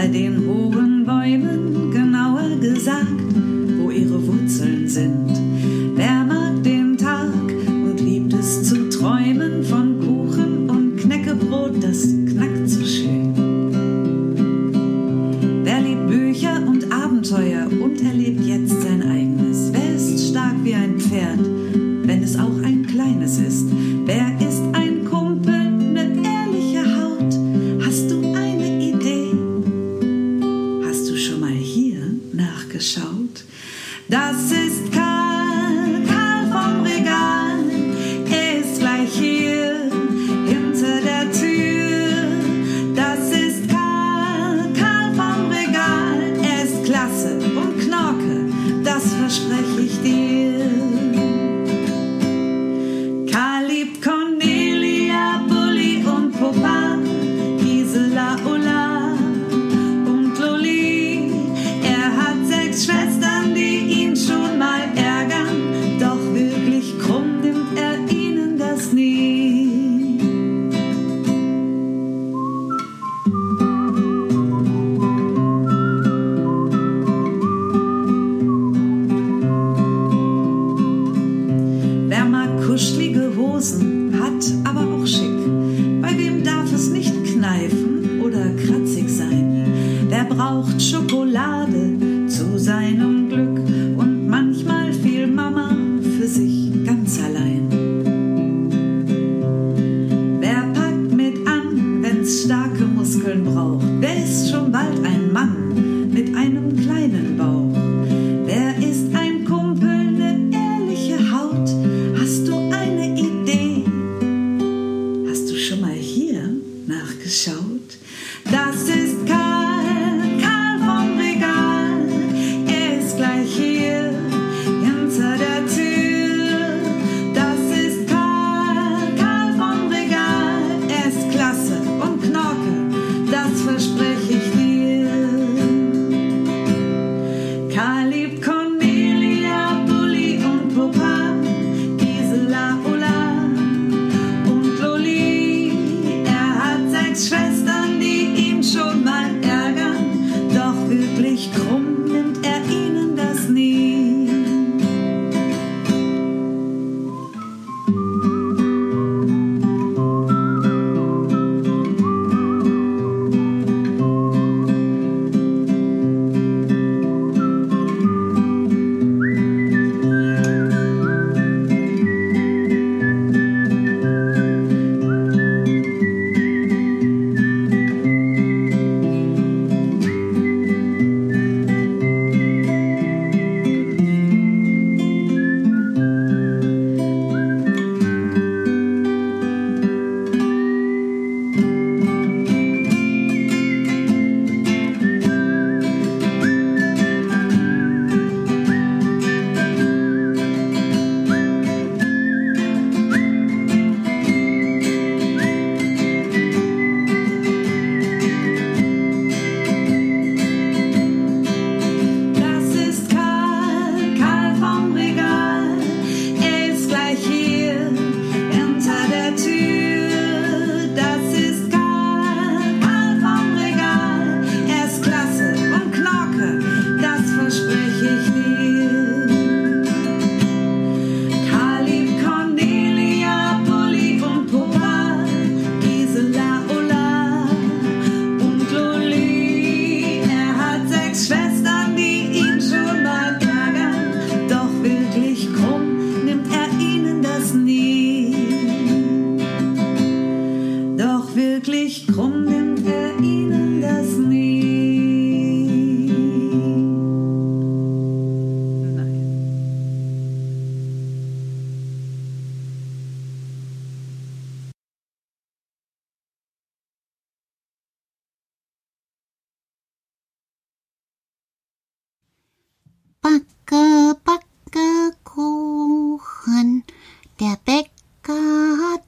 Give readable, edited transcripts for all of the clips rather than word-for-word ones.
bei den hohen Bäumen, genauer gesagt, wo ihre Wurzeln sind. Wer mag den Tag und liebt es zu träumen von Kuchen und Knäckebrot, das knackt so schön. Wer liebt Bücher und Abenteuer und erlebt jetzt sein eigenes? Wer ist stark wie ein Pferd, wenn es auch ein kleines ist? Wer ist ein Kumpel, eine ehrliche Haut? Hast du eine Idee? Hast du schon mal hier nachgeschaut? Das ist Karl, Karl vom Regal. Er ist gleich hier hinter der Tür. Das ist Karl, Karl vom Regal. Er ist klasse und Knorke, das verspreche ich dir. Karl liebt Cornelia, Bulli und Popa, Gisela, Ulla und Loli. Er hat 6 Schwestern, die ihn schon mal ärgern, doch wirklich krumm nimmt er ihnen das nie. Wer mag kuschelige Hosen, hat aber auch schick. Bei wem darf es nicht kneifen oder kratzig sein? Wer braucht Schokolade zu seinem Glück und manchmal viel Mama für sich ganz allein? Wer packt mit an, wenn's starke Muskeln braucht? Wer ist schon bald ein Mann mit einem kleinen Bauch? Wer ist ein Kumpel, eine ehrliche Haut? Hast du eine Idee? Hast du schon mal hier nachgeschaut? Das ist Karl, Karl vom Regal. Er ist gleich hier hinter der Tür. Das ist Karl, Karl vom Regal. Er ist klasse und Knorke, das verspreche ich dir. Karl liebt Cornelia, Bulli und Popa, Gisela, Ulla und Loli. Er hat 6 Schwestern, die ihn schon mal ärgern, doch wirklich krumm nimmt er ihnen das nie. Das ist Karl, Karl vom Regal. Er ist gleich hier hinter der Tür. Das ist Karl, Karl vom Regal. Er ist klasse und Knorke, das verspreche ich dir. Karl liebt Cornelia, Bulli und Popa, Gisela, Ulla und Loli. Er hat 6 Schwestern, die ihn schon mal ärgern, doch wirklich krumm nimmt er ihnen das nie. Doch wirklich krumm nimmt er ihnen das nie. Nein. Backe, backe Kuchen, der Bäcker hat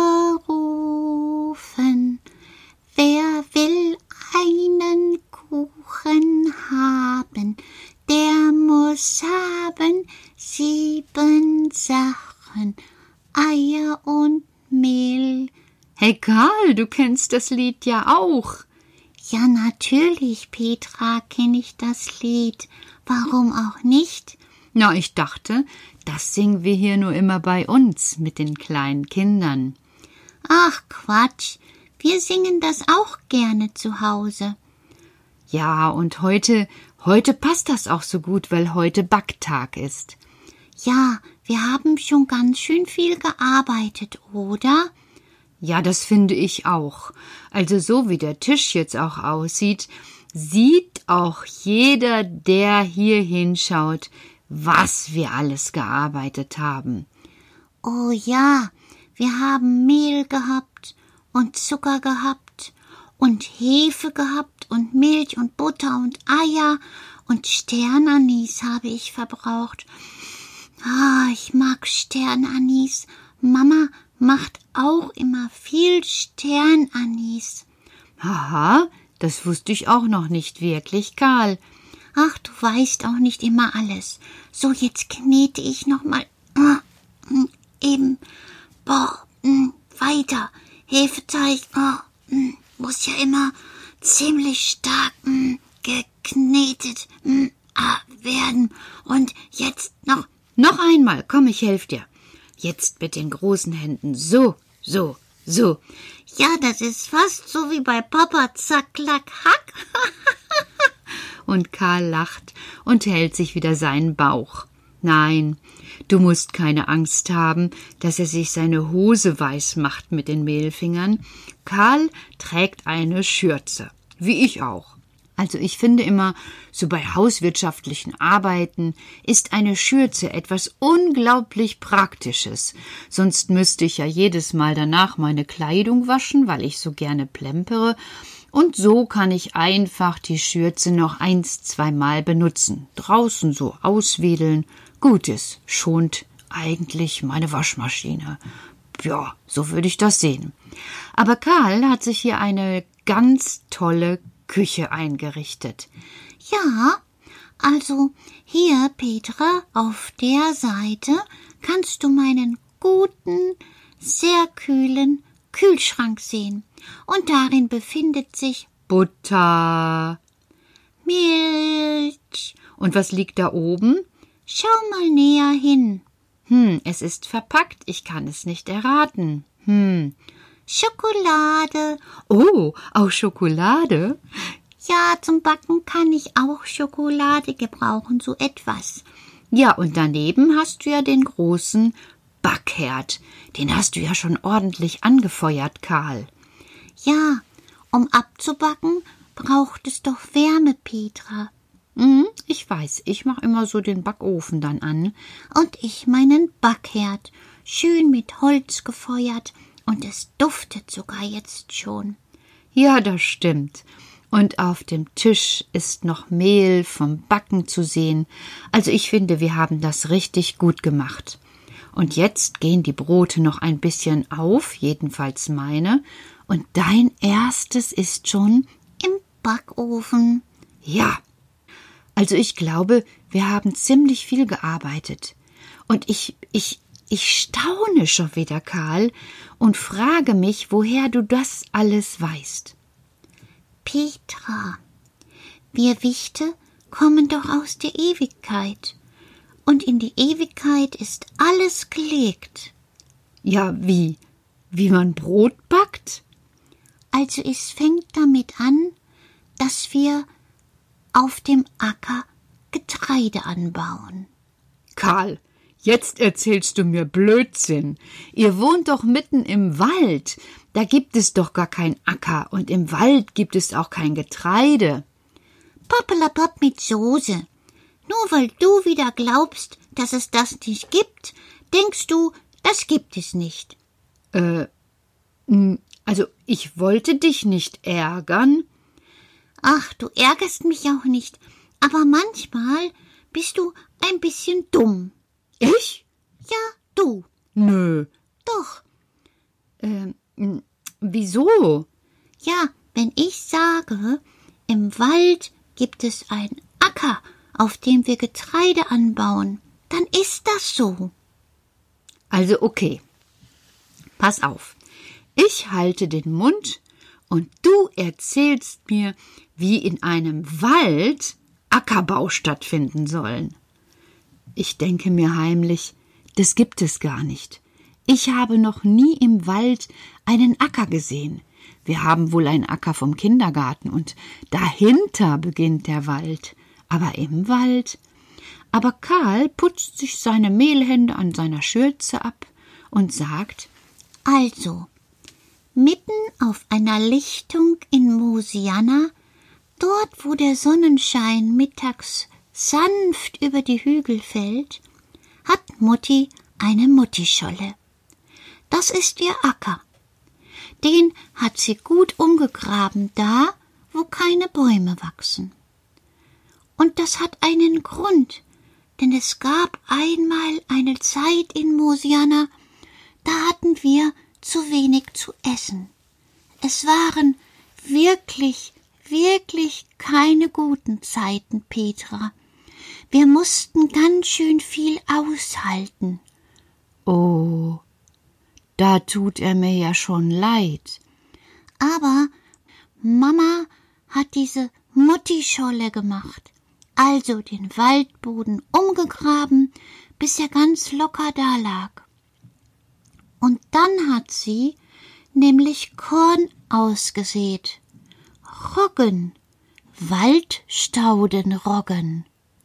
gerufen. Wer will einen Kuchen haben, der muss haben 7 Sachen, Eier und Mehl. Hey Karl, du kennst das Lied ja auch. Ja, natürlich, Petra, kenne ich das Lied. Warum auch nicht? Na, ich dachte, das singen wir hier nur immer bei uns mit den kleinen Kindern. Ach, Quatsch. Wir singen das auch gerne zu Hause. Ja, und heute passt das auch so gut, weil heute Backtag ist. Ja, wir haben schon ganz schön viel gearbeitet, oder? Ja, das finde ich auch. Also so wie der Tisch jetzt auch aussieht, sieht auch jeder, der hier hinschaut, was wir alles gearbeitet haben. Oh ja, wir haben Mehl gehabt und Zucker gehabt und Hefe gehabt und Milch und Butter und Eier und Sternanis habe ich verbraucht. Ich mag Sternanis. Mama macht auch immer viel Sternanis. Haha, das wusste ich auch noch nicht wirklich, Karl. Ach, du weißt auch nicht immer alles. So, jetzt knete ich noch mal eben. Weiter. Hefeteig muss ja immer ziemlich stark geknetet werden. Und jetzt noch. Noch einmal, komm, ich helfe dir. Jetzt mit den großen Händen. So. Ja, das ist fast so wie bei Papa. Zack, klack, hack. Und Karl lacht und hält sich wieder seinen Bauch. Nein, du musst keine Angst haben, dass er sich seine Hose weiß macht mit den Mehlfingern. Karl trägt eine Schürze, wie ich auch. Also ich finde immer, so bei hauswirtschaftlichen Arbeiten ist eine Schürze etwas unglaublich Praktisches. Sonst müsste ich ja jedes Mal danach meine Kleidung waschen, weil ich so gerne plempere. Und so kann ich einfach die Schürze noch 1-2 Mal benutzen. Draußen so auswedeln. Gutes, schont eigentlich meine Waschmaschine. Ja, so würde ich das sehen. Aber Karl hat sich hier eine ganz tolle Küche eingerichtet. Ja, also hier, Petra, auf der Seite kannst du meinen guten, sehr kühlen Kühlschrank sehen. Und darin befindet sich Butter, Milch. Und was liegt da oben? Schau mal näher hin. Es ist verpackt, ich kann es nicht erraten. Schokolade. Oh, auch Schokolade? Ja, zum Backen kann ich auch Schokolade gebrauchen, so etwas. Ja, und daneben hast du ja den großen Backherd. Den hast du ja schon ordentlich angefeuert, Karl. Ja, um abzubacken, braucht es doch Wärme, Petra. Ich weiß, ich mache immer so den Backofen dann an. Und ich meinen Backherd, schön mit Holz gefeuert, und es duftet sogar jetzt schon. Ja, das stimmt. Und auf dem Tisch ist noch Mehl vom Backen zu sehen. Also ich finde, wir haben das richtig gut gemacht. Und jetzt gehen die Brote noch ein bisschen auf, jedenfalls meine. Und dein erstes ist schon im Backofen. Ja. Also ich glaube, wir haben ziemlich viel gearbeitet. Und ich staune schon wieder, Karl, und frage mich, woher du das alles weißt. Petra, wir Wichte kommen doch aus der Ewigkeit. Und in die Ewigkeit ist alles gelegt. Ja, wie man Brot backt? Also es fängt damit an, dass wir auf dem Acker Getreide anbauen. Karl, jetzt erzählst du mir Blödsinn. Ihr wohnt doch mitten im Wald. Da gibt es doch gar kein Acker und im Wald gibt es auch kein Getreide. Pappelapapp mit Soße. Nur weil du wieder glaubst, dass es das nicht gibt, denkst du, das gibt es nicht. Also ich wollte dich nicht ärgern. Ach, du ärgerst mich auch nicht, aber manchmal bist du ein bisschen dumm. Ich? Ja, du. Nö. Doch. Wieso? Ja, wenn ich sage, im Wald gibt es einen Acker, auf dem wir Getreide anbauen, dann ist das so. Also okay. Pass auf. Ich halte den Mund und du erzählst mir, wie in einem Wald Ackerbau stattfinden sollen. Ich denke mir heimlich, das gibt es gar nicht. Ich habe noch nie im Wald einen Acker gesehen. Wir haben wohl einen Acker vom Kindergarten und dahinter beginnt der Wald. Aber im Wald? Aber Karl putzt sich seine Mehlhände an seiner Schürze ab und sagt: Also, mitten auf einer Lichtung in Mosiana, dort wo der Sonnenschein mittags sanft über die Hügel fällt, hat Mutti eine Muttischolle. Das ist ihr Acker. Den hat sie gut umgegraben, da, wo keine Bäume wachsen. Und das hat einen Grund, denn es gab einmal eine Zeit in Mosiana, da hatten wir zu wenig zu essen. Es waren wirklich keine guten Zeiten, Petra. Wir mussten ganz schön viel aushalten. Oh, da tut er mir ja schon leid. Aber Mama hat diese Muttischolle gemacht, also den Waldboden umgegraben, bis er ganz locker dalag. Und dann hat sie nämlich Korn ausgesät. Roggen, Waldstaudenroggen.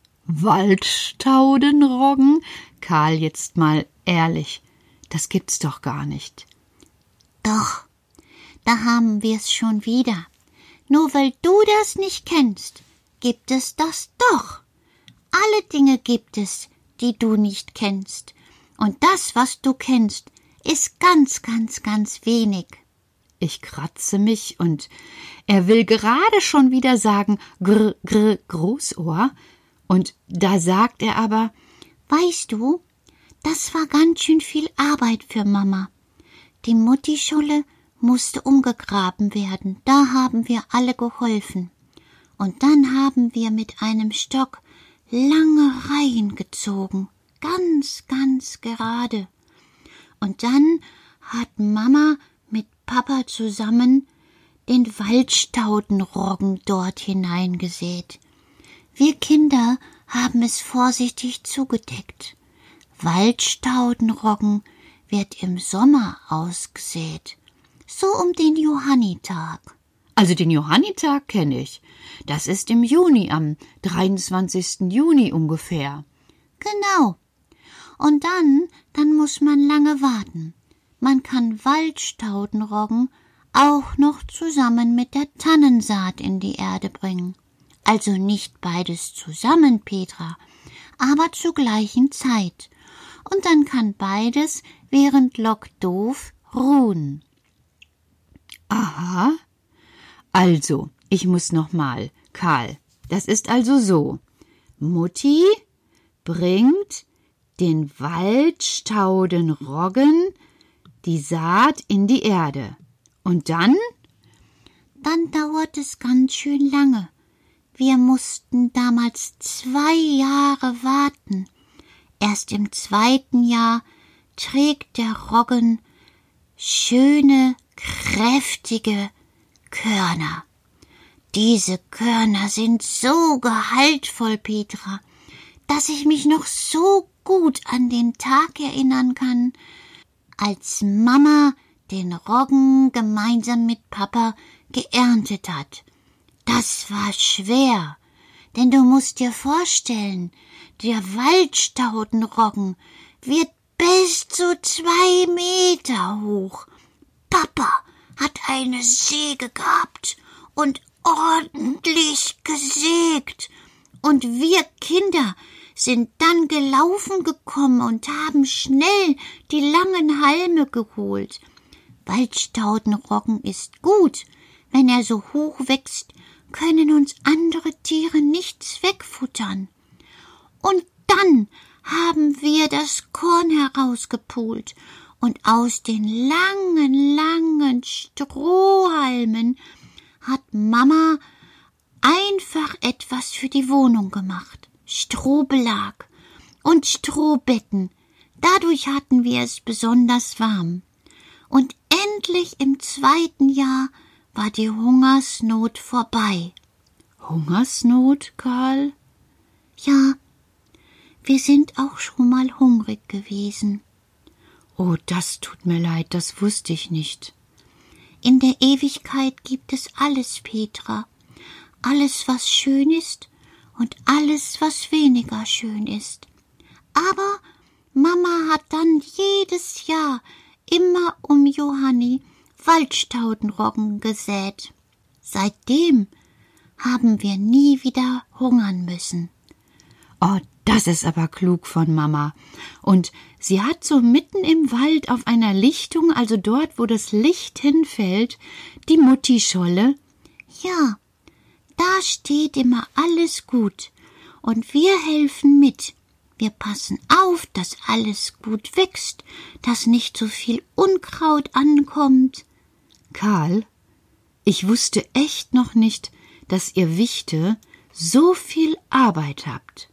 Waldstaudenroggen? Karl, jetzt mal ehrlich, das gibt's doch gar nicht. Doch, da haben wir's schon wieder. Nur weil du das nicht kennst, gibt es das doch. Alle Dinge gibt es, die du nicht kennst. Und das, was du kennst, ist ganz wenig. Ich kratze mich und er will gerade schon wieder sagen, grr, grr, Großohr. Und da sagt er aber: Weißt du, das war ganz schön viel Arbeit für Mama. Die Muttischolle musste umgegraben werden, da haben wir alle geholfen. Und dann haben wir mit einem Stock lange Reihen gezogen, ganz gerade. Und dann hat Mama mit Papa zusammen den Waldstaudenroggen dort hineingesät. Wir Kinder haben es vorsichtig zugedeckt. Waldstaudenroggen wird im Sommer ausgesät, so um den Johannitag. Also den Johannitag kenne ich. Das ist im Juni, am 23. Juni ungefähr. Genau. Und dann muss man lange warten. Man kann Waldstaudenroggen auch noch zusammen mit der Tannensaat in die Erde bringen. Also nicht beides zusammen, Petra, aber zur gleichen Zeit. Und dann kann beides während Lock doof ruhen. Aha. Also, ich muss noch mal. Karl, das ist also so. Mutti bringt den Waldstaudenroggen die Saat in die Erde. Und dann? Dann dauert es ganz schön lange. Wir mussten damals 2 Jahre warten. Erst im 2. Jahr trägt der Roggen schöne, kräftige Körner. Diese Körner sind so gehaltvoll, Petra, dass ich mich noch so gut an den Tag erinnern kann, als Mama den Roggen gemeinsam mit Papa geerntet hat. Das war schwer, denn du musst dir vorstellen, der Waldstaudenroggen wird bis zu 2 Meter hoch. Papa hat eine Säge gehabt und ordentlich gesägt. Und wir Kinder sind dann gelaufen gekommen und haben schnell die langen Halme geholt. Waldstaudenroggen ist gut. Wenn er so hoch wächst, können uns andere Tiere nichts wegfuttern. Und dann haben wir das Korn herausgepult und aus den langen Strohhalmen hat Mama einfach etwas für die Wohnung gemacht. Strohbelag und Strohbetten. Dadurch hatten wir es besonders warm. Und endlich im 2. Jahr war die Hungersnot vorbei. Hungersnot, Karl? Ja, wir sind auch schon mal hungrig gewesen. Oh, das tut mir leid, das wusste ich nicht. In der Ewigkeit gibt es alles, Petra. Alles, was schön ist und alles, was weniger schön ist. Aber Mama hat dann jedes Jahr immer um Johanni Waldstaudenroggen gesät. Seitdem haben wir nie wieder hungern müssen. Oh, das ist aber klug von Mama. Und sie hat so mitten im Wald auf einer Lichtung, also dort, wo das Licht hinfällt, die Muttischolle. Ja, da steht immer alles gut und wir helfen mit. Wir passen auf, dass alles gut wächst, dass nicht so viel Unkraut ankommt. Karl, ich wusste echt noch nicht, dass ihr Wichte so viel Arbeit habt.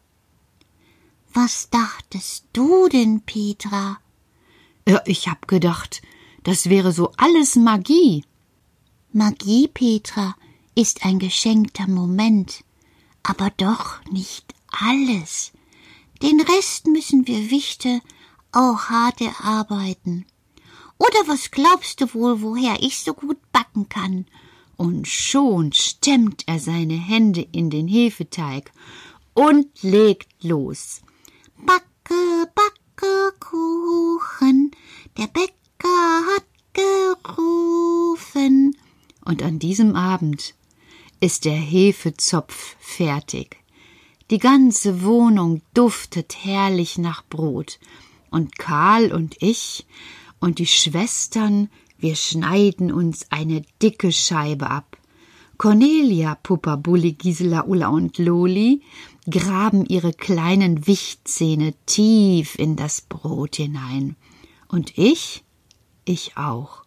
Was dachtest du denn, Petra? Ja, ich hab gedacht, das wäre so alles Magie. Magie, Petra, ist ein geschenkter Moment, aber doch nicht alles. Den Rest müssen wir Wichte auch hart erarbeiten. Oder was glaubst du wohl, woher ich so gut backen kann? Und schon stemmt er seine Hände in den Hefeteig und legt los. Backe, backe Kuchen, der Bäcker hat gerufen. Und an diesem Abend ist der Hefezopf fertig. Die ganze Wohnung duftet herrlich nach Brot. Und Karl und ich und die Schwestern, wir schneiden uns eine dicke Scheibe ab. Cornelia, Puppa, Bulli, Gisela, Ulla und Loli graben ihre kleinen Wichtzähne tief in das Brot hinein. Und ich auch.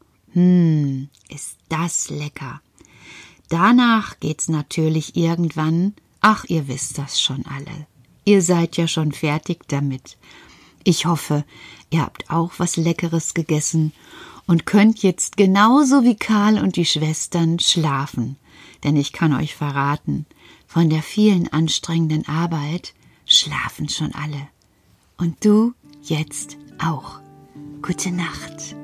Ist das lecker. Danach geht's natürlich irgendwann, ach, ihr wisst das schon alle. Ihr seid ja schon fertig damit. Ich hoffe, ihr habt auch was Leckeres gegessen und könnt jetzt genauso wie Karl und die Schwestern schlafen. Denn ich kann euch verraten, von der vielen anstrengenden Arbeit schlafen schon alle. Und du jetzt auch. Gute Nacht.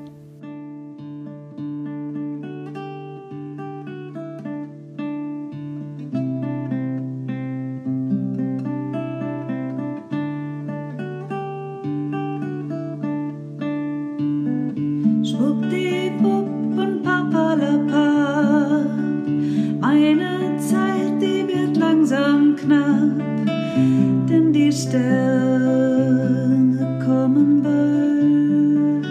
Schwuppdiwupp und Papalapa, meine Zeit, die wird langsam knapp, denn die Sterne kommen bald.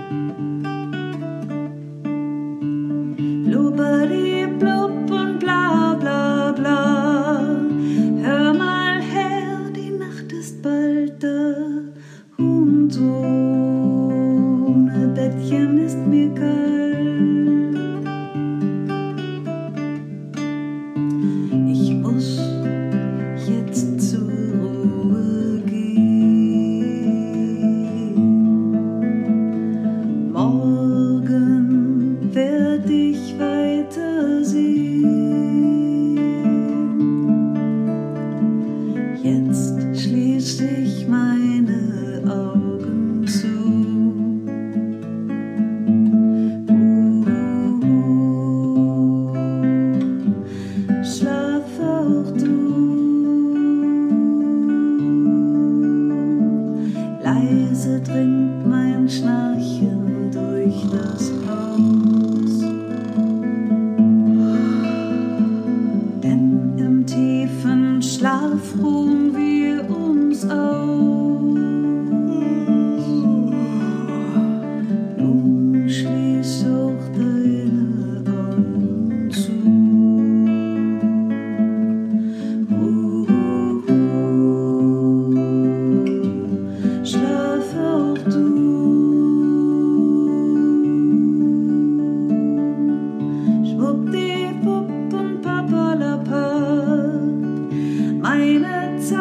Blubberdi-blub und bla bla bla, hör mal her, die Nacht ist bald da und so. Bettchen ist mir kalt. Ich muss jetzt zur Ruhe gehen. Morgen werd ich weitersehen. Jetzt schließ ich meine Augen zu. Leise dringt mein Schnarchen durch das Haus, denn im tiefen Schlaf ruhen wir uns aus. Nun schließ auch deine Augen zu. Schlaf auch du. Schwuppdiwupp und Papalapa, meine Zeit.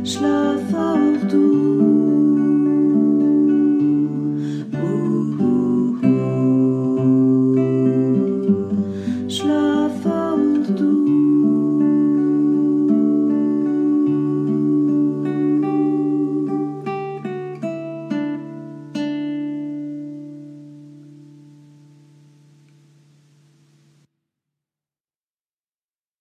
Schlaf.